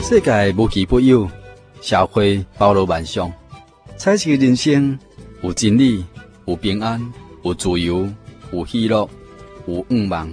世界无奇不有，社会包罗万象。彩色人生有真理，有平安，有自由，有喜乐，有愿望。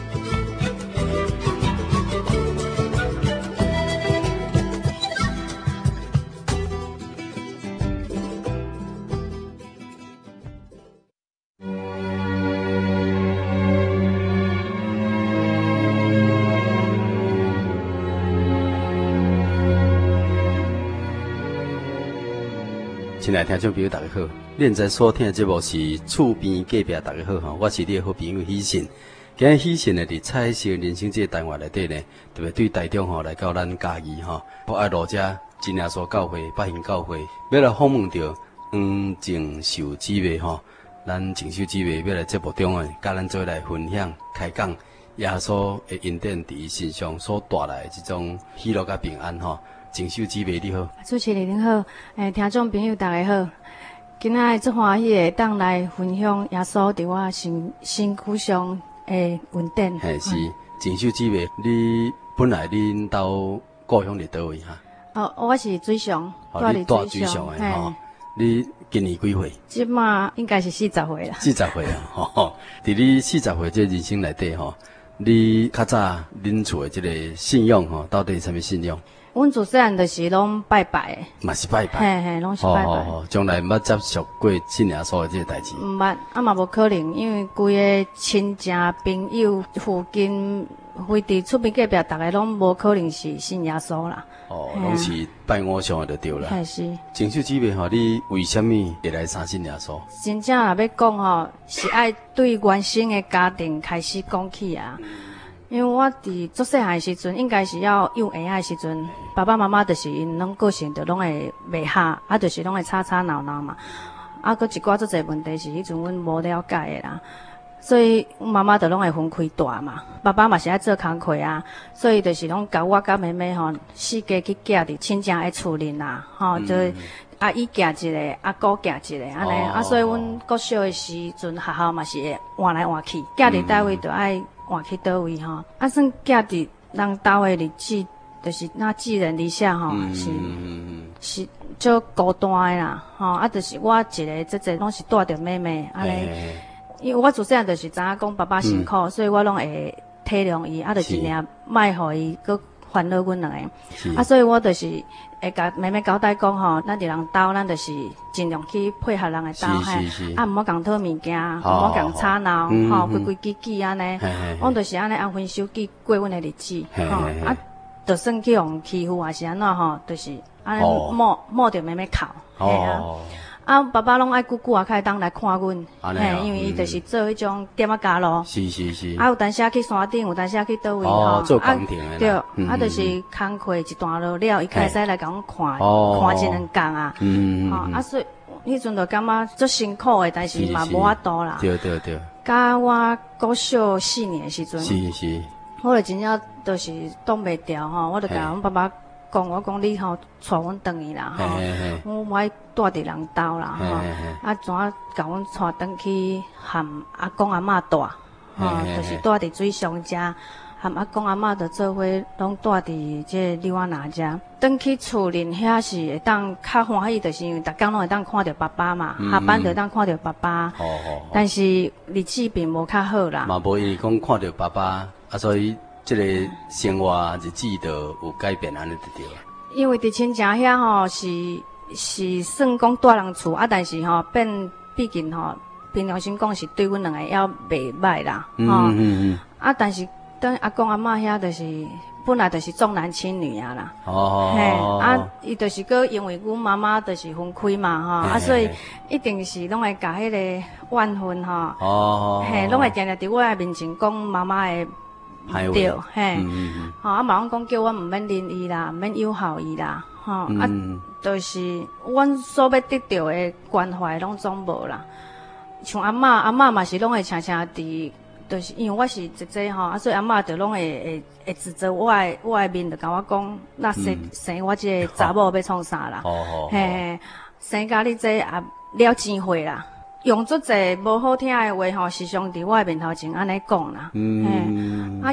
亲爱的听众朋友，大家好！恁在所听的节目是《厝边隔壁》，大家好哈！我是你的好朋友喜信。今日喜信呢，伫彩色人生这个单元内底呢，特别对台中吼来到咱嘉义吼，我爱路遮真耶稣教会、百行教会，要来访问到净寿姊妹吼，咱净寿姊妹要来节目中啊，甲咱做来分享、开讲耶稣的恩典伫伊身上所带来的这种喜乐甲平安吼。净寿姊妹你好， 主持人您好，听众朋友大家好，今仔最欢喜会当来分享耶稣伫我身躯上的恩典。 是净寿姊妹，你本来恁兜故乡伫倒位哈？ 我是水上， 你住水上的吼。你今年几岁？ 即马应该是40岁啦。 40岁啊，吼！伫你40岁这人生内底吼，你较早恁厝的这个信仰吼，到底是啥物信仰？ 阮自细汉就是拢拜拜的， 嘛是拜拜， 嘿，拢是拜拜。 从来毋捌接触过信耶稣的这个代志。 毋捌，嘛无可能，因为规个亲戚朋友附近，非伫厝边隔壁，逐个拢无可能是信耶稣啦。 拢是拜偶像的就对啦。 嘿是。 净寿姊妹吼，你为虾米会来相信耶稣？ 真正若要讲吼，是爱对原生的家庭开始讲起啊。因为我伫足细汉的时阵，应该是要幼儿的时阵，爸爸妈妈就是因拢个性就拢会袂合，就是拢会吵吵闹闹嘛。搁一寡足侪问题是迄阵阮无了解的啦，所以妈妈就拢会分开住嘛。爸爸嘛是爱做工课啊，所以就是拢甲我甲妹妹吼，四家去寄伫亲戚的厝里啦，吼，就是阿姨寄一个，阿姑寄一个，安尼。所以阮国小的时阵，学校嘛是会换来换去，寄伫倒位就爱换去倒位吼。算寄伫人兜的日子，就是那寄人篱下吼，是足孤单的啦，吼。就是我一个这拢是带着妹妹安尼。因为我自细汉就是知影讲爸爸辛苦，所以我拢会体谅伊，就尽量卖互伊搁烦恼阮两个。所以我就是会甲妹妹交代讲吼，咱伫人兜，咱就是尽量去配合人的兜嘿，毋好共讨物件，毋好共吵闹，吼，规规矩矩安尼。阮就是安尼按分手记过阮的日子，吼。就算去互欺负还是安怎吼，就是安尼摸着妹妹哭，嘿啊。爸爸拢爱久久才会当来看阮，因为伊就是做迄种店仔家咯。是。有当时去山顶，有当时去倒位吼。 做工程的。 对，就是工课一段落了，伊开始来甲阮看一两工啊。所以迄阵就感觉足辛苦的，但是嘛无法度啦。 对。 甲我国小4年的时阵， 是。 我就真正就是挡袂调吼，我就甲阮爸爸讲，我讲你吼带阮转去啦吼，我爱住伫人兜啦吼，怎啊甲阮带转去含阿公阿嬷住，吼，就是住伫水上遮，含阿公阿嬷就做伙拢住伫这李瓦那遮，转去厝里遐是会当较欢喜，就是因为逐工拢会当看到爸爸嘛，下班就会当看到爸爸，但是日子并无较好啦， 嘛无因为讲看到爸爸。所以这个生活日子就有改变，安尼就对了。 因为伫亲戚遐吼是算讲住人厝但是吼毕竟吼凭良心讲是对阮两个还袂歹啦，但是等阿公阿嬷遐就是本来就是重男轻女啊啦，伊就是个因为阮妈妈就是分开嘛所以一定是拢会甲迄个怨恨拢会定定伫我的面前讲妈妈的。对，嘛拢讲叫我毋免怜伊啦，毋免友好伊啦，就是阮所要得到的关怀拢总无啦。像阿嬷嘛是拢会常常伫，就是因为我是姐姐所以阿嬷就拢会指责我的面，就甲我讲，那生我这个查某要创啥啦？生甲你这也了钱货啦。用足侪无好听的话时常伫我的面头前安尼讲啦。因为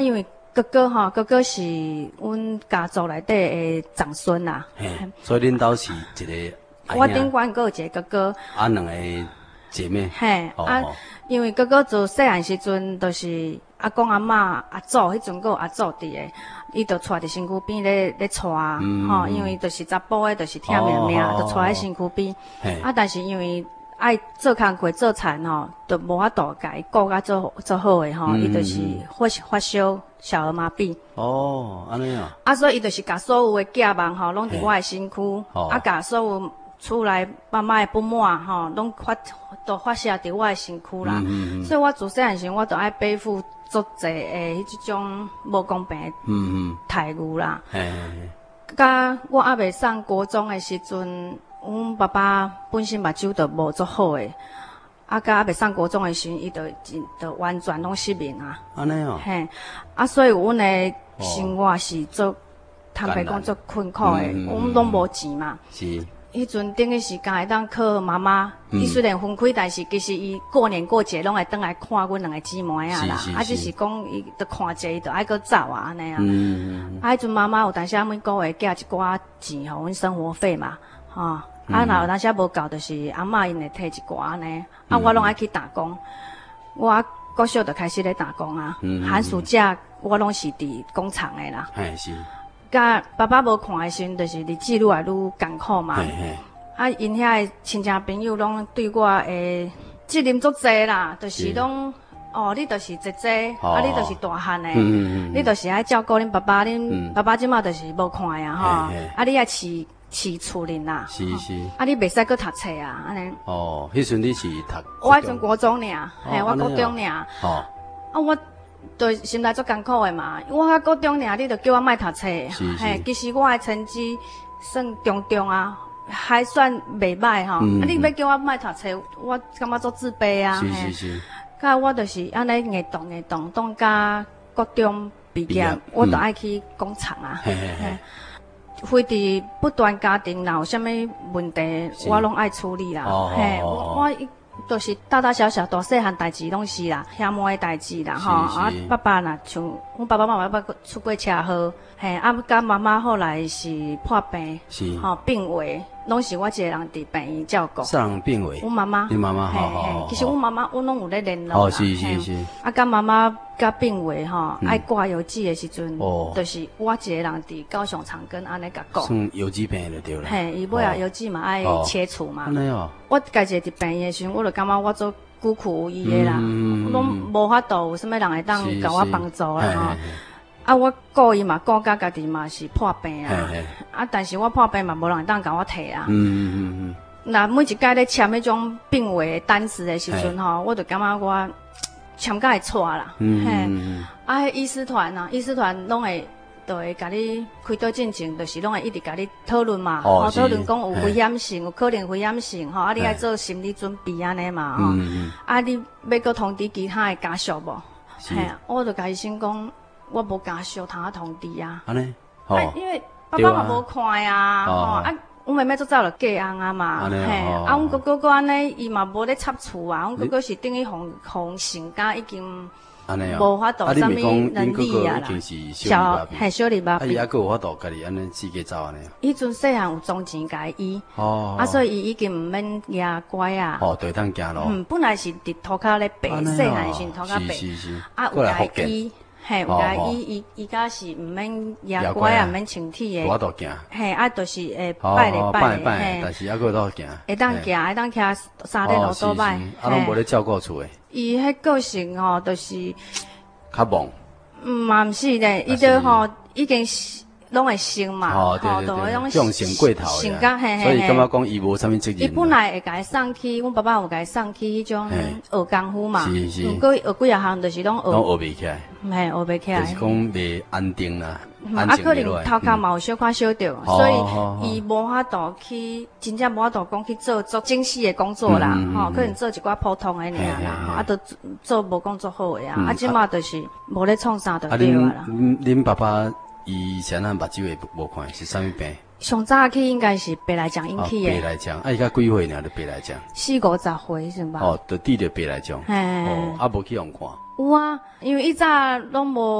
哥哥吼，哥哥是阮家族内底的长孙啦。 嘿，所以恁兜是一个阿兄。 我顶管还有一个哥哥。 啊，两个姐妹。 嘿，因为哥哥自细汉时阵，就是阿公阿嬷阿祖，迄阵还有阿祖伫的，伊就带伫身躯边咧带，吼，因为就是查甫的，就是疼命命，就带喺身躯边。啊，但是因为爱做工课做田吼，就无法度甲伊顾甲做好的吼，伊就是发烧、小儿麻痹。 哦，安尼啊。 啊，所以伊就是甲所有的寄望吼，拢伫我的身躯，啊，甲所有厝内爸妈的不满吼，拢发泄伫我的身躯啦。所以我自细汉时，我就爱背负足济诶，即种无公平的待遇啦。甲我还未上国中的时阵，阮爸爸本身目睭就无足好诶，啊，甲还未上国中的时，伊就完全拢失明啊。 安尼哦。 嘿，啊，所以阮的生活是做坦白讲做困苦诶，阮拢无钱嘛。是。迄阵等于是敢会当靠妈妈，伊虽然分开，但是其实伊过年过节拢会倒来看阮两个姊妹啊啦。啊，只是讲伊着看者，伊着爱搁走啊安尼啊。啊，迄阵妈妈有当时每个月寄一寡钱互阮生活费嘛，吼。啊，若有当时无够，就是阿嬷因会摕一寡安尼。啊，我拢爱去打工，我国小就开始咧打工啊。寒暑假我拢是伫工厂诶啦。 嘿，是。 甲爸爸无看诶时阵，就是日子愈来愈艰苦嘛。啊，因遐诶亲戚朋友拢对我诶责任足济啦，就是拢哦，你就是姐姐，啊，你就是大汉诶，你就是爱照顾恁爸爸，恁爸爸即马就是无看呀吼，啊，你爱饲厝恁啦。是是。啊，你袂使搁读册啊，安尼。哦， 迄阵你是读？ 我迄阵国中尔，嘿，我国中尔。哦。啊，我。对，心内足艰苦的嘛。我较高中尔，你就叫我莫读册。嘿，其实我的成绩算中中啊，还算袂歹吼。啊，你要叫我莫读册，我感觉足自卑啊。是是是。甲我就是安尼硬动，当甲高中毕业，我就爱去工厂啊。嘿嘿嘿。非伫不断家庭若有啥物问题，我拢爱处理啦。嘿，我。就是大大小小大细汉代志拢是啦，兄妹的代志啦吼。啊，爸爸若像阮爸爸妈妈出过车祸，嘿，啊，甲妈妈后来是破病，是吼病危，拢是我一个人伫病院照顾。 啥人病危？ 阮妈妈。 你妈妈？嘿嘿， 其实阮妈妈阮拢有咧联络啦。 哦，是是是。 啊，甲妈妈甲病危吼，爱挂药剂的时阵，就是我一个人伫高雄长庚安尼甲顾。 算药剂病就对了。 嘿，伊尾啊药剂嘛爱切除嘛。 安尼哦。我家己伫病院的时阵，我就感觉我做孤苦无依的啦，拢无法度有啥物人会当甲我帮助啦吼。啊，我顾伊嘛，顾甲家己嘛是破病啊。啊，但是我破病嘛，无人会当甲我摕啊。那每一届咧签迄种病危单子的时阵吼，我就感觉我签甲会错啦。嘿，啊，迄医师团啊，医师团拢会。就会甲你开刀进程，就是拢会一直甲你讨论嘛，讨论讲有危险性，有可能危险性，吼，啊，你爱做心理准备安尼嘛，吼，啊，你要搁通知其他的家属无？嘿，我就甲医生讲，我无家属通通知啊。安尼，因为爸爸嘛无看呀，吼，啊，阮妹妹做早就嫁翁啊嘛，嘿，啊，阮哥哥安尼，伊嘛无咧插厝啊，阮哥哥是等于互性家已经。无法度啥物能力啊啦，小李爸。 啊，伊还佫有法度家己安尼自己走安尼。 伊阵细汉有种钱甲伊，啊，所以伊已经毋免牙乖啊。 哦，对，当行咯。 本来是伫涂骹咧爬，细汉时涂骹爬，啊，有甲伊，嘿，有甲伊家是毋免牙乖啊，毋免穿体诶。 无法度行。 嘿，啊，就是会拜咧拜咧， 嘿，但是还佫会行。 会当行，会当骑三轮路倒摆。 啊，拢无咧照顾厝诶。 伊迄个性吼，就是较忙。 嘛毋是咧，伊就吼已经拢会生嘛， 吼，对，种性过头性格嘿嘿， 所以感觉讲伊无啥物责任。 伊本来会甲伊送去，阮爸爸有甲伊送去迄种学功夫嘛，不过学几啊项就是拢学袂起来， 嘿，学袂起来， 就是讲袂安定啦。 啊，可能头壳嘛有小可小着，所以伊无法度去，真正无法度讲去做精细的工作啦，吼，可能做一寡普通的尔啦，啊，都做无工作好的啊，啊，即马就是无咧创啥就对啊啦。 恁爸爸以前咱目睭会无看，是啥物病？ 上早起应该是白内障引起的。 白内障，啊，伊甲几岁呢？就白内障。 40-50岁是吧？ 哦，就得着白内障。哦，啊，无去用看。 有啊，因为以早拢无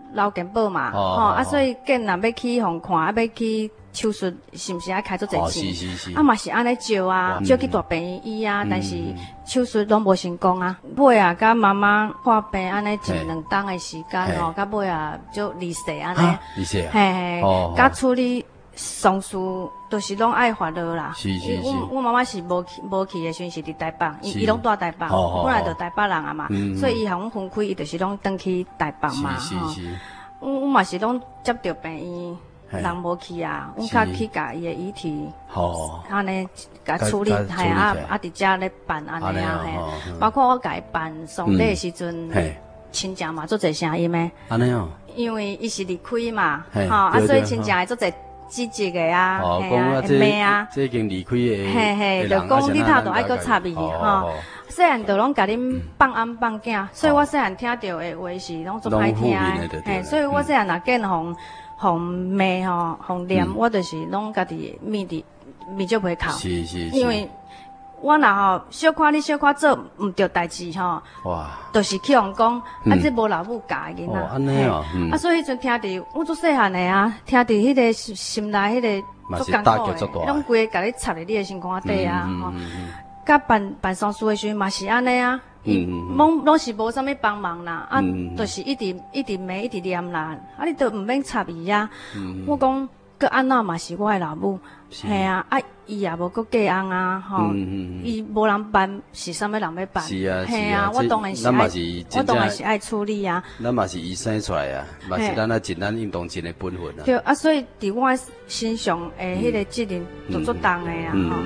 劳健保嘛，所以囡若要去互看，要去手术，是毋是爱开足侪钱？ 是。 嘛是安尼招啊，招去大病医啊，但是手术拢无成功啊。尾啊，甲妈妈破病安尼一2冬的时间吼，甲尾啊就离世安尼。 离世啊？ 嘿，甲处理丧事都是拢爱烦恼啦。 是。 我妈妈是无去的时阵是伫台北，伊拢住台北，本来就台北人啊嘛，所以伊向阮分开，伊就是拢转去台北嘛。是。我嘛是拢接到病院，人无去啊，阮较去甲伊的遗体，安尼甲处理，系伫遮咧办安尼啊，嘿，包括我甲伊办丧礼的时阵，亲戚嘛做侪声音的， 安尼哦， 因为伊是离开嘛，所以亲戚会做侪积极的啊，嘿啊，妹啊， 这已经离开的， 嘿，就讲你头都爱搁插伊吼。细汉就拢甲恁放翁放囝，所以我细汉听到的话是拢做歹听的，嘿，所以我细汉若见互骂吼，互念，我就是拢家己面就袂哭， 是， 因为我若吼小可你小可做毋对代志吼，哇，就是去互讲，这无老母教的囡仔， 安尼哦， 所以迄阵听着我做细汉的啊，听着迄个心内迄个足艰苦的，拢规个甲你插伫你的心肝底啊，吼。甲办丧事的时阵嘛是安尼啊，拢是无啥物帮忙啦，就是一直骂一直念啦，你都毋免插伊啊。我讲搁安怎嘛是我的老母，系啊，伊也无搁嫁翁啊，吼，伊无人办，是啥物人要办？是啊，系啊，我当然是爱处理啊。 咱嘛是伊生出来啊，嘛是咱尽咱运动尽的本分啊。 对啊，所以伫我身上诶，迄个责任就足重的啊，吼。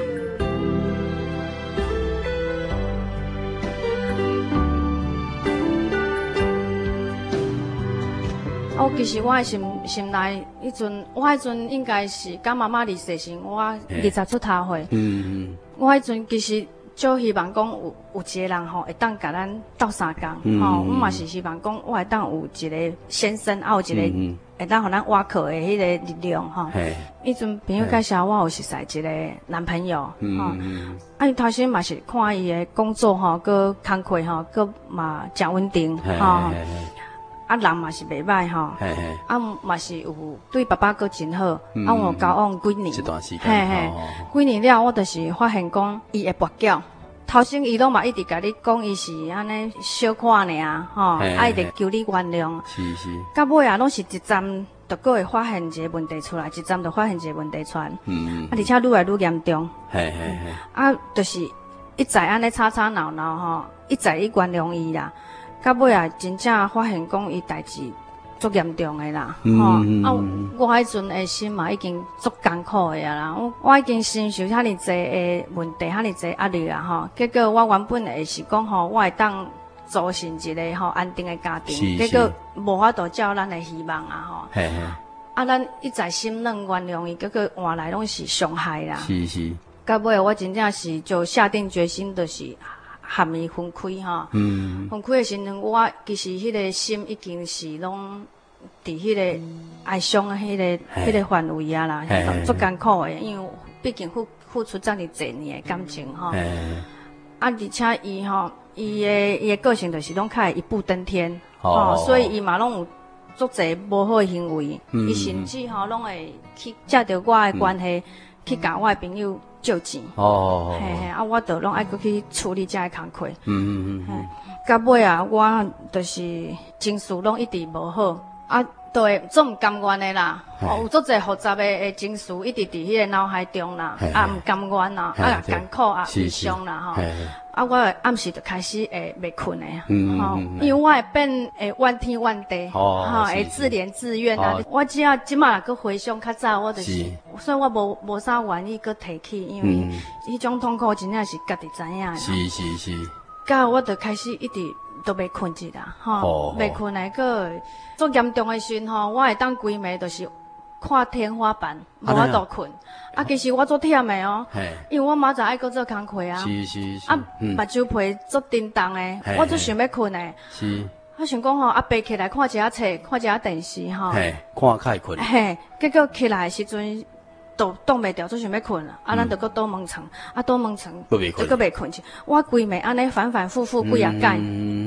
其实我的心内迄阵，我迄阵应该是甲妈妈离世时，我20出头岁。我迄阵其实就希望讲有一个人吼会当甲咱斗相共吼，我嘛是希望讲我会当有一个先生，有一个会当互咱挖靠的迄个力量吼。迄阵朋友介绍我有熟识一个男朋友吼，伊头先嘛是看伊的工作吼，佮工课吼，佮嘛诚稳定吼。人嘛是袂歹吼，嘛是有对爸爸阁真好，我交往几年， 这段时间， 几年了，我就是发现讲伊会跋筊，头先伊拢嘛一直甲你讲伊是安尼小看尔吼，一直求你原谅，是，到尾啊，拢是一站就阁会发现一个问题出来，一站就发现一个问题出来，而且愈来愈严重，就是一再安尼吵闹吼，一再伊原谅伊啦。到尾啊，真正发现讲伊代志足严重的啦，我迄阵的心嘛已经足艰苦的啦，我已经承受遐尼济的问题，遐尼济压力啦吼。结果我原本会是讲吼，我会当组成一个吼安定的家庭，结果无法度照咱的希望啊吼。咱一再心软原谅伊，结果换来拢是伤害啦。是。到尾我真正是就下定决心，就是和伊分开吼，分开的时阵，我其实迄个心已经是拢伫迄个哀伤的迄个范围啊啦，足艰苦的，因为毕竟付出遮尔侪年的感情吼，而且伊吼，伊的个性就是拢较会一步登天，所以伊嘛拢有足侪无好的行为，伊甚至吼拢会去借着我的关系去甲我的朋友借钱，我就拢爱搁去处理遮个工课，到尾啊，我就是情绪拢一直无好，都会总毋甘愿的啦，有足侪复杂的情绪一直伫迄个脑海中啦，毋甘愿啦，艰苦悲伤啦吼，我暗时就开始会袂困的，因为我会变怨天怨地，会自怜自怨啊。我只要即马若搁回想较早，我就是，所以我无啥愿意搁提起，因为迄种痛苦真正是家己知影的。是。到我就开始一直都袂困去啦，袂困来个足严重的时候，我会当规暝就是看天花板，无法度困。其实我足忝的哦，因为我明仔爱搁做工课啊。是。目睭皮足震动的，我足想要困的。是。我想讲爬起来看一下册，看一下电视看较会困。 结果起来的时阵都挡袂掉，足想要困了。咱就搁倒门床，倒门床就搁袂困去。我规暝安尼反反复复几啊摆。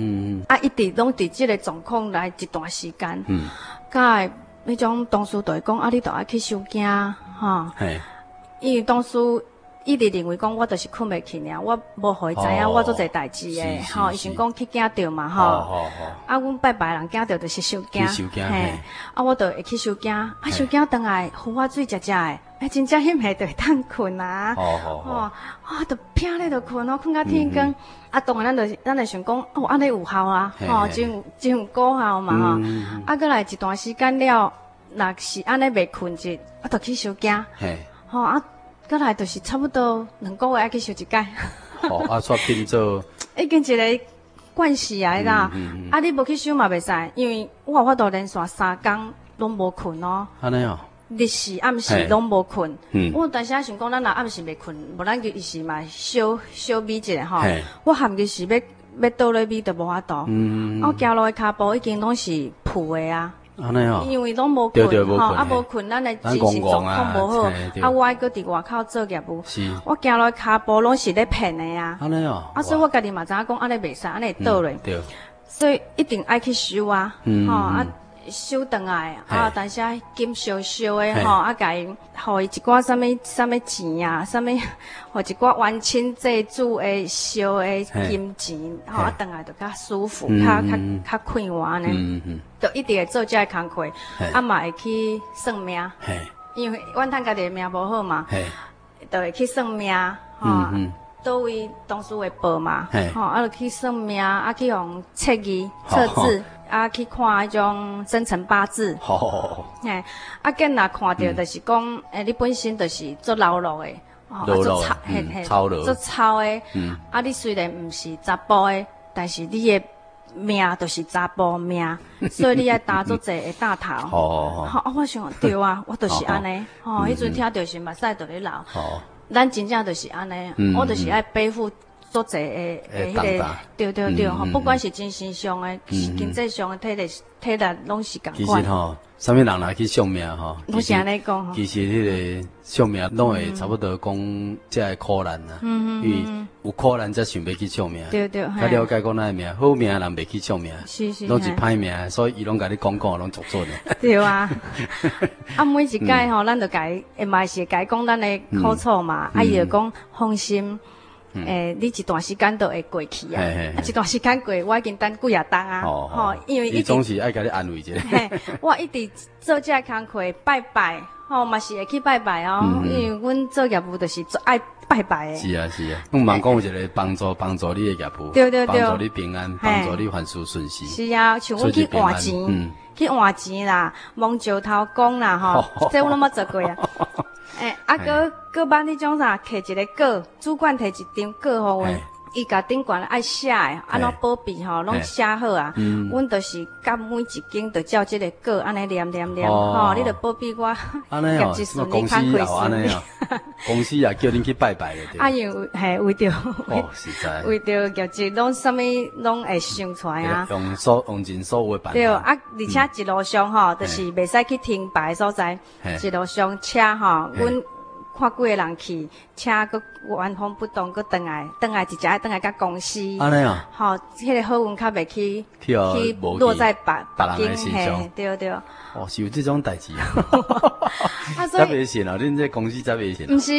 啊，一直拢伫即个状况来一段时间。甲迄种同事就会讲，啊，你都爱去收惊，吼。因为同事一直认为讲，我就是困袂去尔，我无互伊知影我做这代志诶，吼。伊想讲去惊着嘛，吼。啊，阮拜拜人惊着就是收惊，嘿。啊，我就会去收惊，啊，收惊倒来呼我水食诶，真正迄暝就会当困啊。哦，啊，就拼咧就困哦，困到天光。啊，当然咱就想讲，哦，安尼有效啊，吼，真有果效嘛，吼。啊，过来一段时间了，若是安尼袂困着，我就去收惊。吼啊。过来就是差不多2个月爱去收一届。 啊，煞变做已经一个惯势啊啦。啊，你无去收嘛袂使，因为我有法度连续3天拢无困哦。 安尼哦。 日时暗时拢无困。我但是啊想讲，咱若暗时袂困，无咱就一时嘛小眯一下吼。我含日时要倒咧眯都无法度。我行路的骹步已经拢是负的啊。 安尼哦， 因为拢无困吼，啊无困，咱的精神状况无好，啊我还搁伫外口做业务，我行落骹步拢是咧骗的啊。 安尼哦， 啊所以我家己嘛知影讲安尼袂使，安尼倒咧，所以一定爱去收啊，吼啊收转来啊，但是啊金烧烧的吼，啊甲伊，互伊一寡啥物钱啊，啥物，互一寡冤亲债主的烧的金钱，吼啊转来就较舒服，较快活呢。就一直会做这工课，啊嘛会去算命，因为阮趁家己的命无好嘛，就会去算命，吼，倒位同事会报嘛，吼，啊就去算命，啊去用测字、测字，啊去看迄种生辰八字，嘿，啊见若看到就是讲，你本身就是做老路的，做操做操的，啊你虽然毋是查甫的，但是你的命就是查甫命，所以你爱打做者会打头。好，我想对啊，我就是安尼。吼，迄阵听到是目屎就咧流。咱真正就是安尼，我就是爱背负做者的迄个，对吼，不管是精神上的、经济上的、体力拢是共款。 其实吼，啥物人来去算命吼， 拢是安尼讲吼。 其实迄个算命拢会差不多讲这苦难啊，因为有苦难才想要去算命。 对， 较了解讲咱命，好命人袂去算命，拢是歹命，所以伊拢甲你讲拢做准的。 对啊，啊每一届吼，咱就甲伊，嘛是甲伊讲咱的苦楚嘛，啊伊就讲放心。你一段时间都会过去啊！一段时间过，我已经等几啊冬啊！吼，因为伊总是爱甲你安慰一下。 我一直做这工课拜拜，吼嘛是会去拜拜哦。因为阮做业务就是做爱拜拜的。 是啊，我忙讲有一个帮助你的业务， 对， 帮助你平安，帮助你凡事顺遂。 是啊，像我去换钱，啦，蒙石头公啦，吼，这我拢冇做过啊。搁捌迄种啥，摕一个稿，主管摕一张稿互阮，伊甲顶悬爱写诶，安怎保庇吼，拢写好啊。阮就是甲每一间就照即个稿安尼念，吼，你著保庇我，业绩顺利，开会顺利。 公司也叫恁去拜拜的。 啊，因为为着实在为着业绩，拢啥物拢会想出来啊。 用尽所有的办法。 对，啊，而且一路上吼，就是袂使去停牌所在，一路上车吼，阮。看几个人去，车搁原封不动，搁转来一只转来甲公司。 安尼啊？ 吼，迄个好运较袂去落在别人身上。 对。 哦，是有这种代志啊！才袂信啊！恁这公司才袂信。 毋是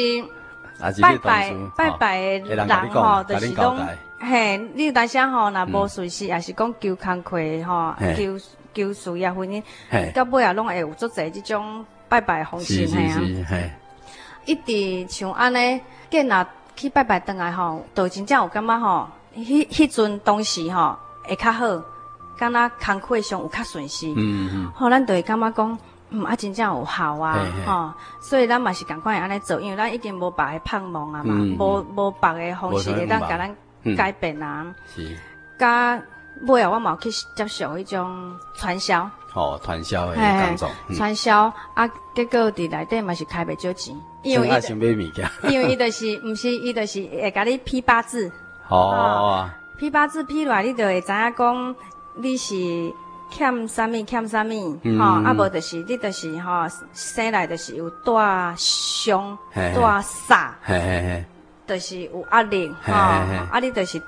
拜拜的人吼，就是讲，你有当时吼，若无随时，也是讲求工课吼，求事业婚姻，到尾啊，拢会有足侪这种拜拜方式嘿。 一直像安尼，见若去拜拜转来吼，就真正有感觉吼，迄阵当时吼会较好，敢若工课上有较顺遂。吼，咱就会感觉讲，啊真正有效啊，吼，所以咱嘛是共款会安尼做，因为咱已经无别的盼望啊嘛，无别的方式会当甲咱改变啊。是。甲尾啊，我嘛有去接受迄种传销。 传销的工作。 传销啊，结果伫内底嘛是开袂少钱。因为想买物件， 因为伊就是，毋是伊就是会甲你批八字，批八字批落来，你就会知影讲你是欠啥物，啊无就是你就是生来就是有带伤、带煞，就是有压力，啊你就是倒位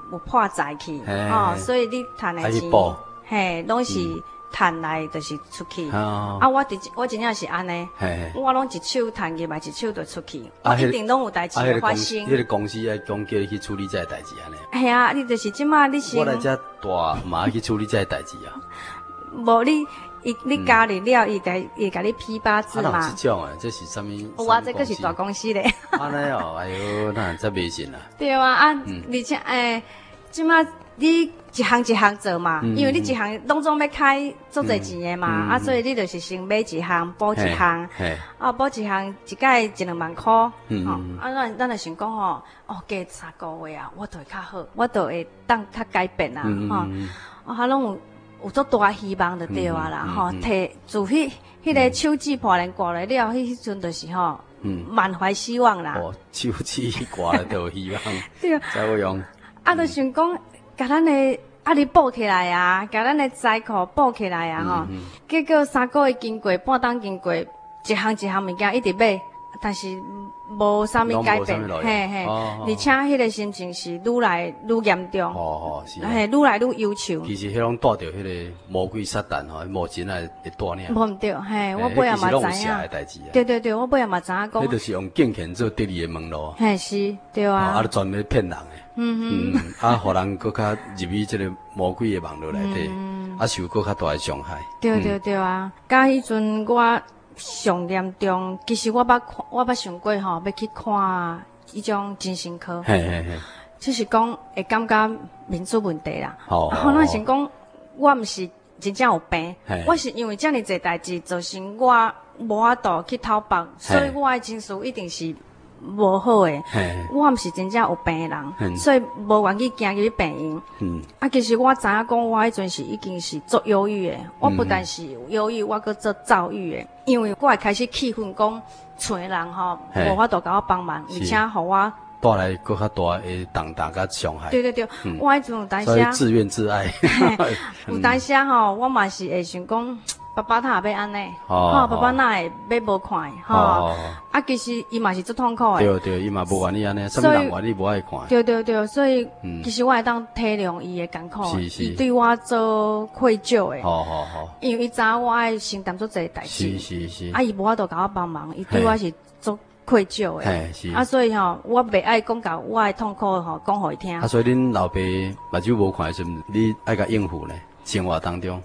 有破财去，所以你赚的钱，嘿，拢是赚来就是出去。我我真正是安尼，我拢一手赚入来，一手就出去，我一定拢有代志发生。 迄个公司爱讲叫你去处理这代志安尼。 系啊，你就是即马你是。 我来遮大嘛去处理这代志啊。 无你加入了，伊甲你批八字嘛。 啊，这种啊，这是啥物？ 有啊，这个是大公司咧。 安尼哦，哎呦，那真迷信啊。 对啊，而且即马你一项一项做嘛，因为你一项拢总要开做侪钱的嘛，所以你就是先买一项补一项，补一项一届1-2万块，咱就想讲加3个月啊，我就会较好，我就会当较改变啊，哈拢有足大希望就对啊啦，摕自迄个手指破人挂来了，迄阵就是满怀希望啦。 手指挂了都有希望， 对啊， 才有用。 就想讲。甲咱的你补起来啊，甲咱的财库补起来啊，结果3个月经过，半当经过，一项物件一直买，但是无啥物改变，嘿，而且迄个心情是愈来愈严重，是，愈来愈忧愁。 其实迄种带着迄个魔鬼撒旦魔神来会带呢。 无毋对，嘿，我尾也嘛知影。对，我尾也嘛知影讲。 迄就是用金钱做得利的门路。 嘿，是，对啊。 专门骗人的。互人搁较入去这个魔鬼的网络内底，受搁较大的伤害。 对啊，甲迄阵我。上严重，其实我捌想过要去看迄种精神科，就是讲会感觉面子问题啦。那想讲我毋是真正有病，我是因为遮尔侪代志造成我无法度去讨白，所以我的情绪一定是无好诶。我毋是真正有病的人，所以无愿意行入病院。其实我知影讲，我迄阵是已经是做忧郁诶。我不但是有忧郁，我搁做躁郁诶。因为我会开始气愤，讲厝诶人无法度甲我帮忙，而且互我带来搁较大诶重大甲伤害。 对，我迄阵有当时自怨自艾。 有当时我嘛是会想讲。爸爸他也要安尼，爸爸哪会要无看，其实伊嘛是足痛苦的。对，伊嘛无愿意安尼，什么人愿意无爱看。 对，所以其实我会当体谅伊的艰苦，伊对我做愧疚的。因为伊知我爱承担足侪代志，是。伊无法度甲我帮忙，伊对我是做愧疚的。所以我袂爱讲甲我的痛苦讲互伊听。 所以恁老爸目睭无看的时阵，你爱甲应付呢？生活当中。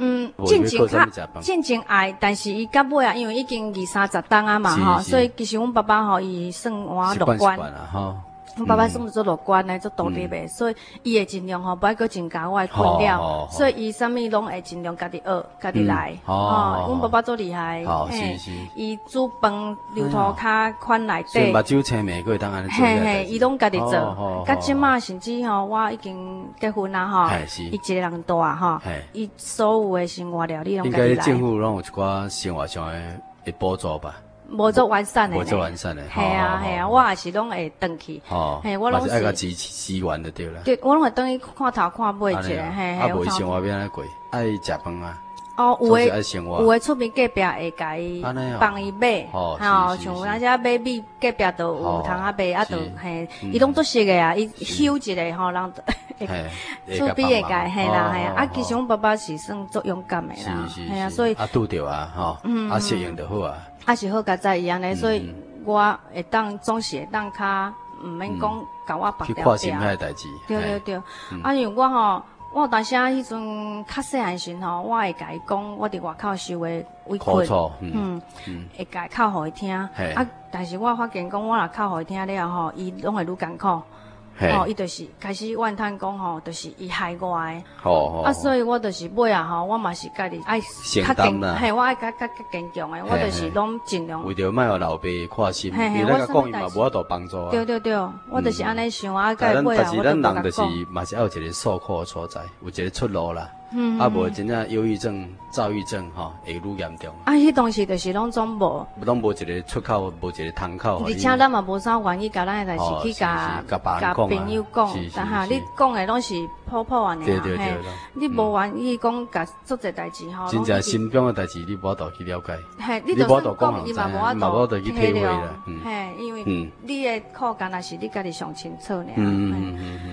进前爱，但是伊到尾因为已经20-30档啊嘛所以其实阮爸爸伊算我乐观。阮爸爸算做乐观的，做独立的，所以伊会尽量不爱搁增加我的困扰，所以伊啥物拢会尽量家己学，家己来。阮爸爸做厉害，伊煮饭留涂骹款内底， 目睭青眉佫会当安尼做。 伊拢家己做。甲即马甚至我已经结婚啦伊一个人住伊所有的生活料理拢家己来。 应该政府拢有一寡生活上的补助吧？ 无做完善的， 无做完善的， 系啊，我也是拢会转去， 我拢是爱个支援就对啦。 对，我拢会等伊看头看尾一下， 无伊生活要安尼过，爱食饭啊。 有诶厝边隔壁会甲伊帮伊买，像咱遮买米隔壁都有通买，就伊拢都熟个啊，伊休一个人厝边会甲啦，其实阮爸爸是算足勇敢的啦，所以拄着啊，适应就好啊。 是好甲在伊安尼，所以我会当总是会当较毋免讲甲我绑掉。 去看心遐代志。 对，因为我有当时迄阵较细汉时我会甲伊讲我伫外口受的委屈，会甲伊哭互伊听。但是我发现讲我若哭互伊听了伊拢会愈艰苦。伊就是开始怨叹讲就是伊害我的。所以我就是尾我嘛是家己爱较坚强， 我爱较坚强的，我就是拢尽量。 为着莫互老爸看心，因为咱甲讲伊嘛无法度帮助。 对，我就是安尼想甲尾但是咱人就是嘛是要有一个诉苦的所在，有一个出路啦。无真正忧郁症、躁郁症会愈严重。 迄当时就是拢总无一个出口，无一个通口。 而且咱嘛无啥愿意甲咱的代志去甲朋友讲，但你讲的拢是破破安尼你无愿意讲甲做这代志真正心中的代志，你无法度去了解。 你无法度讲， 伊嘛无法度去体会啦。 因为你的苦干那是你家己上清楚呢。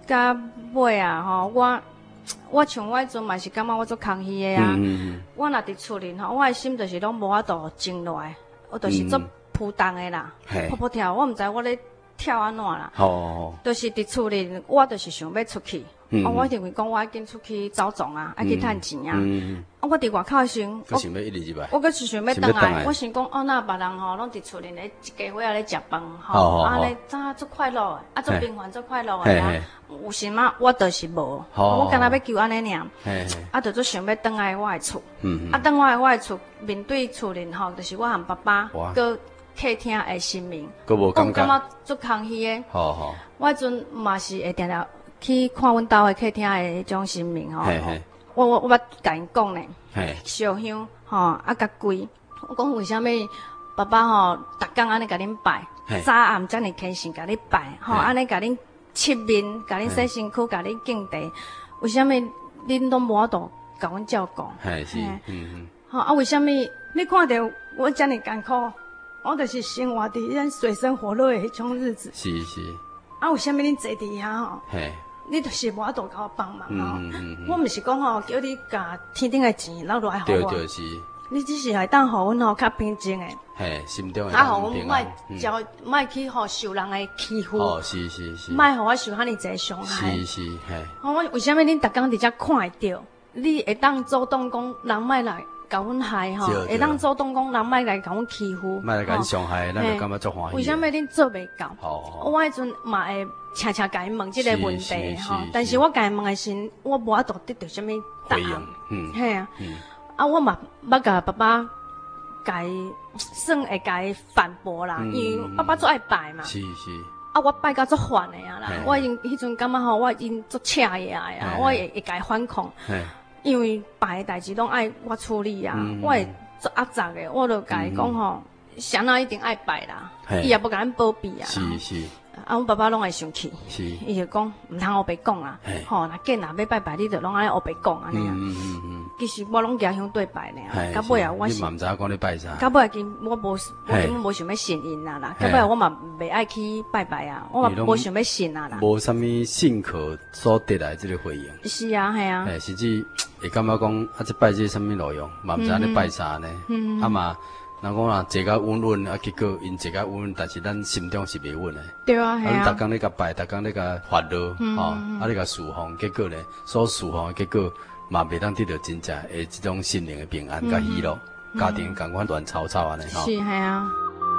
到尾啊吼，我像我迄阵嘛是感觉我做空虚的啊。我若伫厝里吼，我的心就是拢无法度静落来，我就是做扑动的啦，扑扑跳。我毋知我咧跳安怎啦。就是伫厝里，我就是想要出去。我认为讲我要紧出去走动啊，爱去趁钱啊。我伫外口的时阵， 我想要一日入来。 我阁是想要倒来。我想讲，那别人吼拢伫厝里咧一家伙仔咧食饭吼，尼咋做快乐的，做平凡做快乐的啊。有时嘛，我就是无，我干那要求安尼尔，就做想要倒来我的厝。倒来我的厝，面对厝里吼，就是我和爸爸搁客厅的心命， 我感觉做空虚的。我迄阵嘛是会定定去看阮兜的客厅的迄种心命吼。我捌甲因讲呢，烧香吼，甲跪。我讲为虾米爸爸吼，逐工安尼甲恁拜，早暗遮尔虔诚甲恁拜，吼，安尼甲恁切面，甲恁洗身躯，甲恁敬茶，为虾米恁拢无法度甲阮照顾？ 是， 吼为虾米你看到我遮尔艰苦，我就是生活伫咱水深火热的迄种日子。 是。 为虾米恁坐伫遐吼？你就是无法度甲我帮忙吼。我毋是讲吼，叫你甲天顶的钱捞落来互我。对，是。你只是来当互阮吼较平静的。 心中的互阮莫去吼受人的欺负。 是。 莫互我受遐尼济伤害。 是。 我为虾米恁逐工伫遮看会到？你会当主动讲人莫来甲阮害吼，会当主动讲人莫来甲阮欺负， 莫来甲阮伤害，咱就感觉足欢喜。 为虾米恁做袂到？我迄阵嘛会常常甲因问即个问题吼，但是我甲因问的时，我无法度得到什么答案。嘿啊，我嘛捌甲爸爸甲伊算会甲伊反驳啦，因为爸爸做爱拜嘛。是。我拜到足烦的啊啦，我因迄阵感觉吼，我因足赤呀啊，我会甲伊反抗。因为拜的代志拢爱我处理啊，我会做压杂的，我就甲伊讲吼，谁人一定爱拜啦，伊也不甲咱保庇啊。是。阮爸爸拢会生气，伊就讲毋通黑白讲啊，吼，若见若要拜，你就拢安尼黑白讲安尼啊。其实我拢家乡对拜呢，到尾啊，我是。你嘛毋知影讲你拜啥？到尾我根本无想要信因啦，到尾我嘛袂爱去拜啊，我嘛无想要信啦。 无啥物信靠所得来即个回应。 是啊，系啊。 甚至会感觉讲这拜这啥物内容，嘛毋知影你拜啥呢？嘛。人讲坐甲稳稳，结果因坐甲稳，但是咱心中是袂稳的。 对啊，系啊。 逐工咧甲拜，逐工咧甲发热，咧甲侍奉，结果咧所侍奉的结果嘛袂当得到真正的这种心灵的平安甲喜乐，家庭共款乱吵吵安尼吼。 是系啊。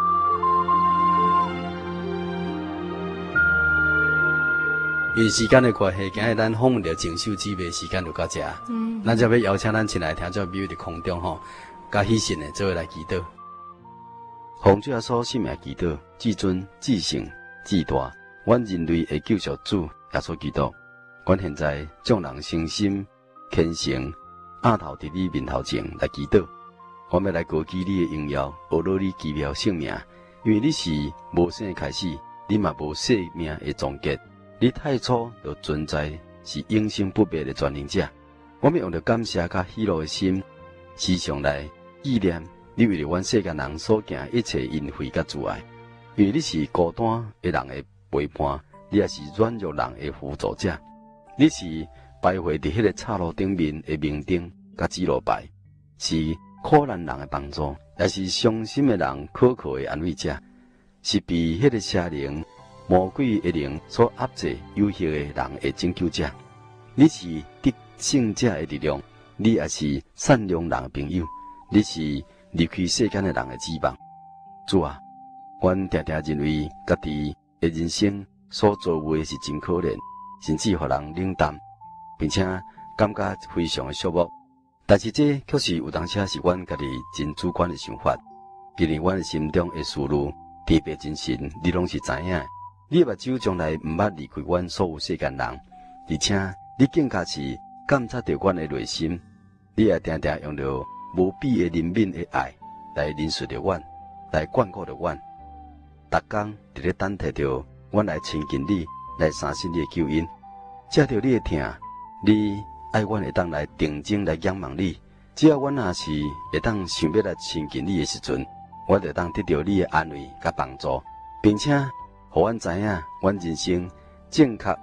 因为时间的关系，今日咱访问着静修姊妹，时间就到这。咱就要邀请咱亲爱听众朋友伫空中吼。甲喜信的做伙来祈祷，奉主耶稣圣名祈祷，至尊、至圣、至大，阮人类的救赎主耶稣基督，阮现在众人诚心虔诚，额头伫你面头前来祈祷，我们来高举你的荣耀，学罗你奇妙性命，因为你是无生的开始，你嘛无生命的终结，你太初就存在，是永生不灭的全能者。我们用着感谢甲喜乐的心，时常来纪念你为了阮世间人所行一切恩惠甲阻碍，因为你是孤单的人的陪伴，你也是软弱人的辅助者，你是徘徊伫迄个岔路顶面的明灯甲指路牌，是苦难人的帮助，也是伤心的人可靠的安慰者，是被迄个邪灵魔鬼的灵所压制有血的人的拯救者，你是得胜者的力量，你也是善良人的朋友。你是离开世间的人的指望，主啊，阮常常认为家己的人生所做的是真可怜，甚至互人冷淡，并且感觉非常的寂寞。但是这却是有当时是阮家己真主观的想法，因为阮的心中的思路、特别真神，你拢是知影。你的目睭从来毋捌离开阮所有世间人，而且你更加是感察着阮的内心，你也常常用着无比的怜悯的爱来认识着阮，来眷顾着阮。逐工伫咧等待着阮来亲近你，来相信你的救恩。借着你的疼，你爱阮会当来定睛来仰望你。只要阮若是会当想要来亲近你的时阵，我就当得到你的安慰甲帮助，并且互阮知影，阮人生正确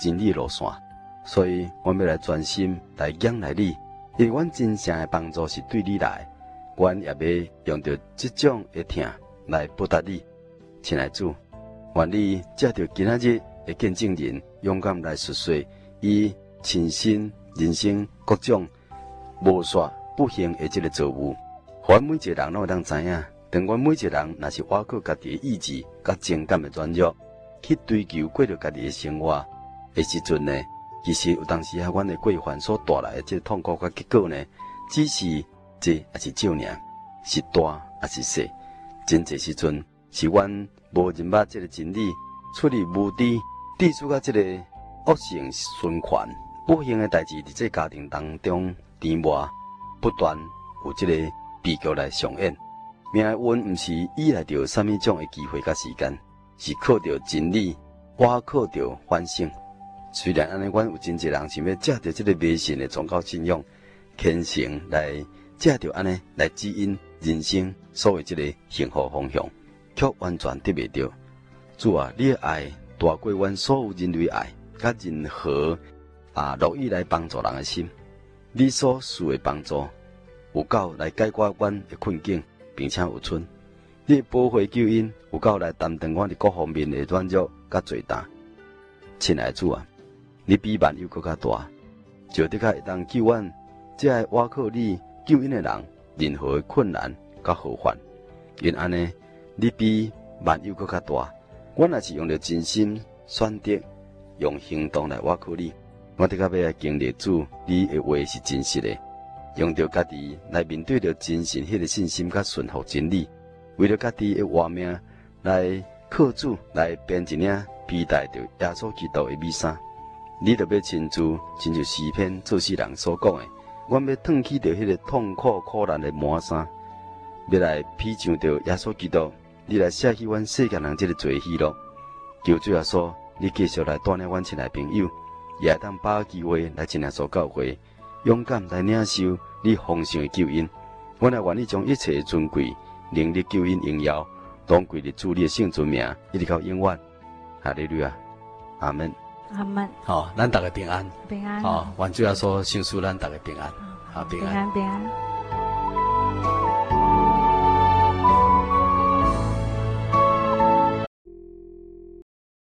真理路线。所以，我们要来专心来仰赖你，因为阮真正的帮助是对你来，阮也要用着这种的听来报答你。亲爱的主，愿你借着今仔日的见证人勇敢来述说伊亲身人生各种无煞不幸的这个造物，阮每一个人拢会当知影，当阮每一个人若是挖靠家己的意志甲情感的软弱，去追求过着家己的生活的时阵呢，其实有当时啊，阮的过犯所带来的这个痛苦甲结果呢，只是这还是少年，是大还是小，真侪时阵是阮无认捌这个真理，出于无知，致使到这个恶性循环，不幸的代志伫这家庭当中甜磨不断有这个悲剧来上演。命运毋是依赖着什么种的机会甲时间，是靠着真理，我靠着反省。虽然安尼，阮有真侪人想要借着这个迷信的宗教信仰，虔诚来借着安尼来指引人生所谓这个幸福方向，却完全得袂到。主啊，你的爱大过阮所有人类爱，甲任何乐意来帮助人的心。你所赐的帮助，有够来解决阮的困境，并且有存。你的保护救恩，有够来担当阮伫各方面的软弱甲罪担。亲爱的主啊，你比万有搁较大，就得较会当救阮，这爱倚靠你救恩的人，任何的困难甲祸患。因安尼，你比万有搁较大。阮若是用着真心选择，用行动来倚靠你，我得较要来经历主，你的话是真实的，用着家己来面对着真实迄个信心甲顺服真理，为了家己的活命来靠主来编一领披戴着耶稣基督的美衫。你着要亲自，亲像诗篇作诗人所讲的，阮要脱去着迄个痛苦苦难的麻衫，要来披上着耶稣基督。你来写起阮世间人这个罪喜乐，求主耶稣，你继续来带领阮亲爱朋友，也会当把握机会来亲爱所教会，勇敢来领受你丰盛的救恩。阮也愿意将一切的尊贵、能力、救恩、荣耀，拢归伫主你的圣尊名，一直到永远。哈利路亚，阿门。 阿门。 好，咱大家平安。 平安。 好，愿主耶稣赐福咱大家平安。好，平安。 平安。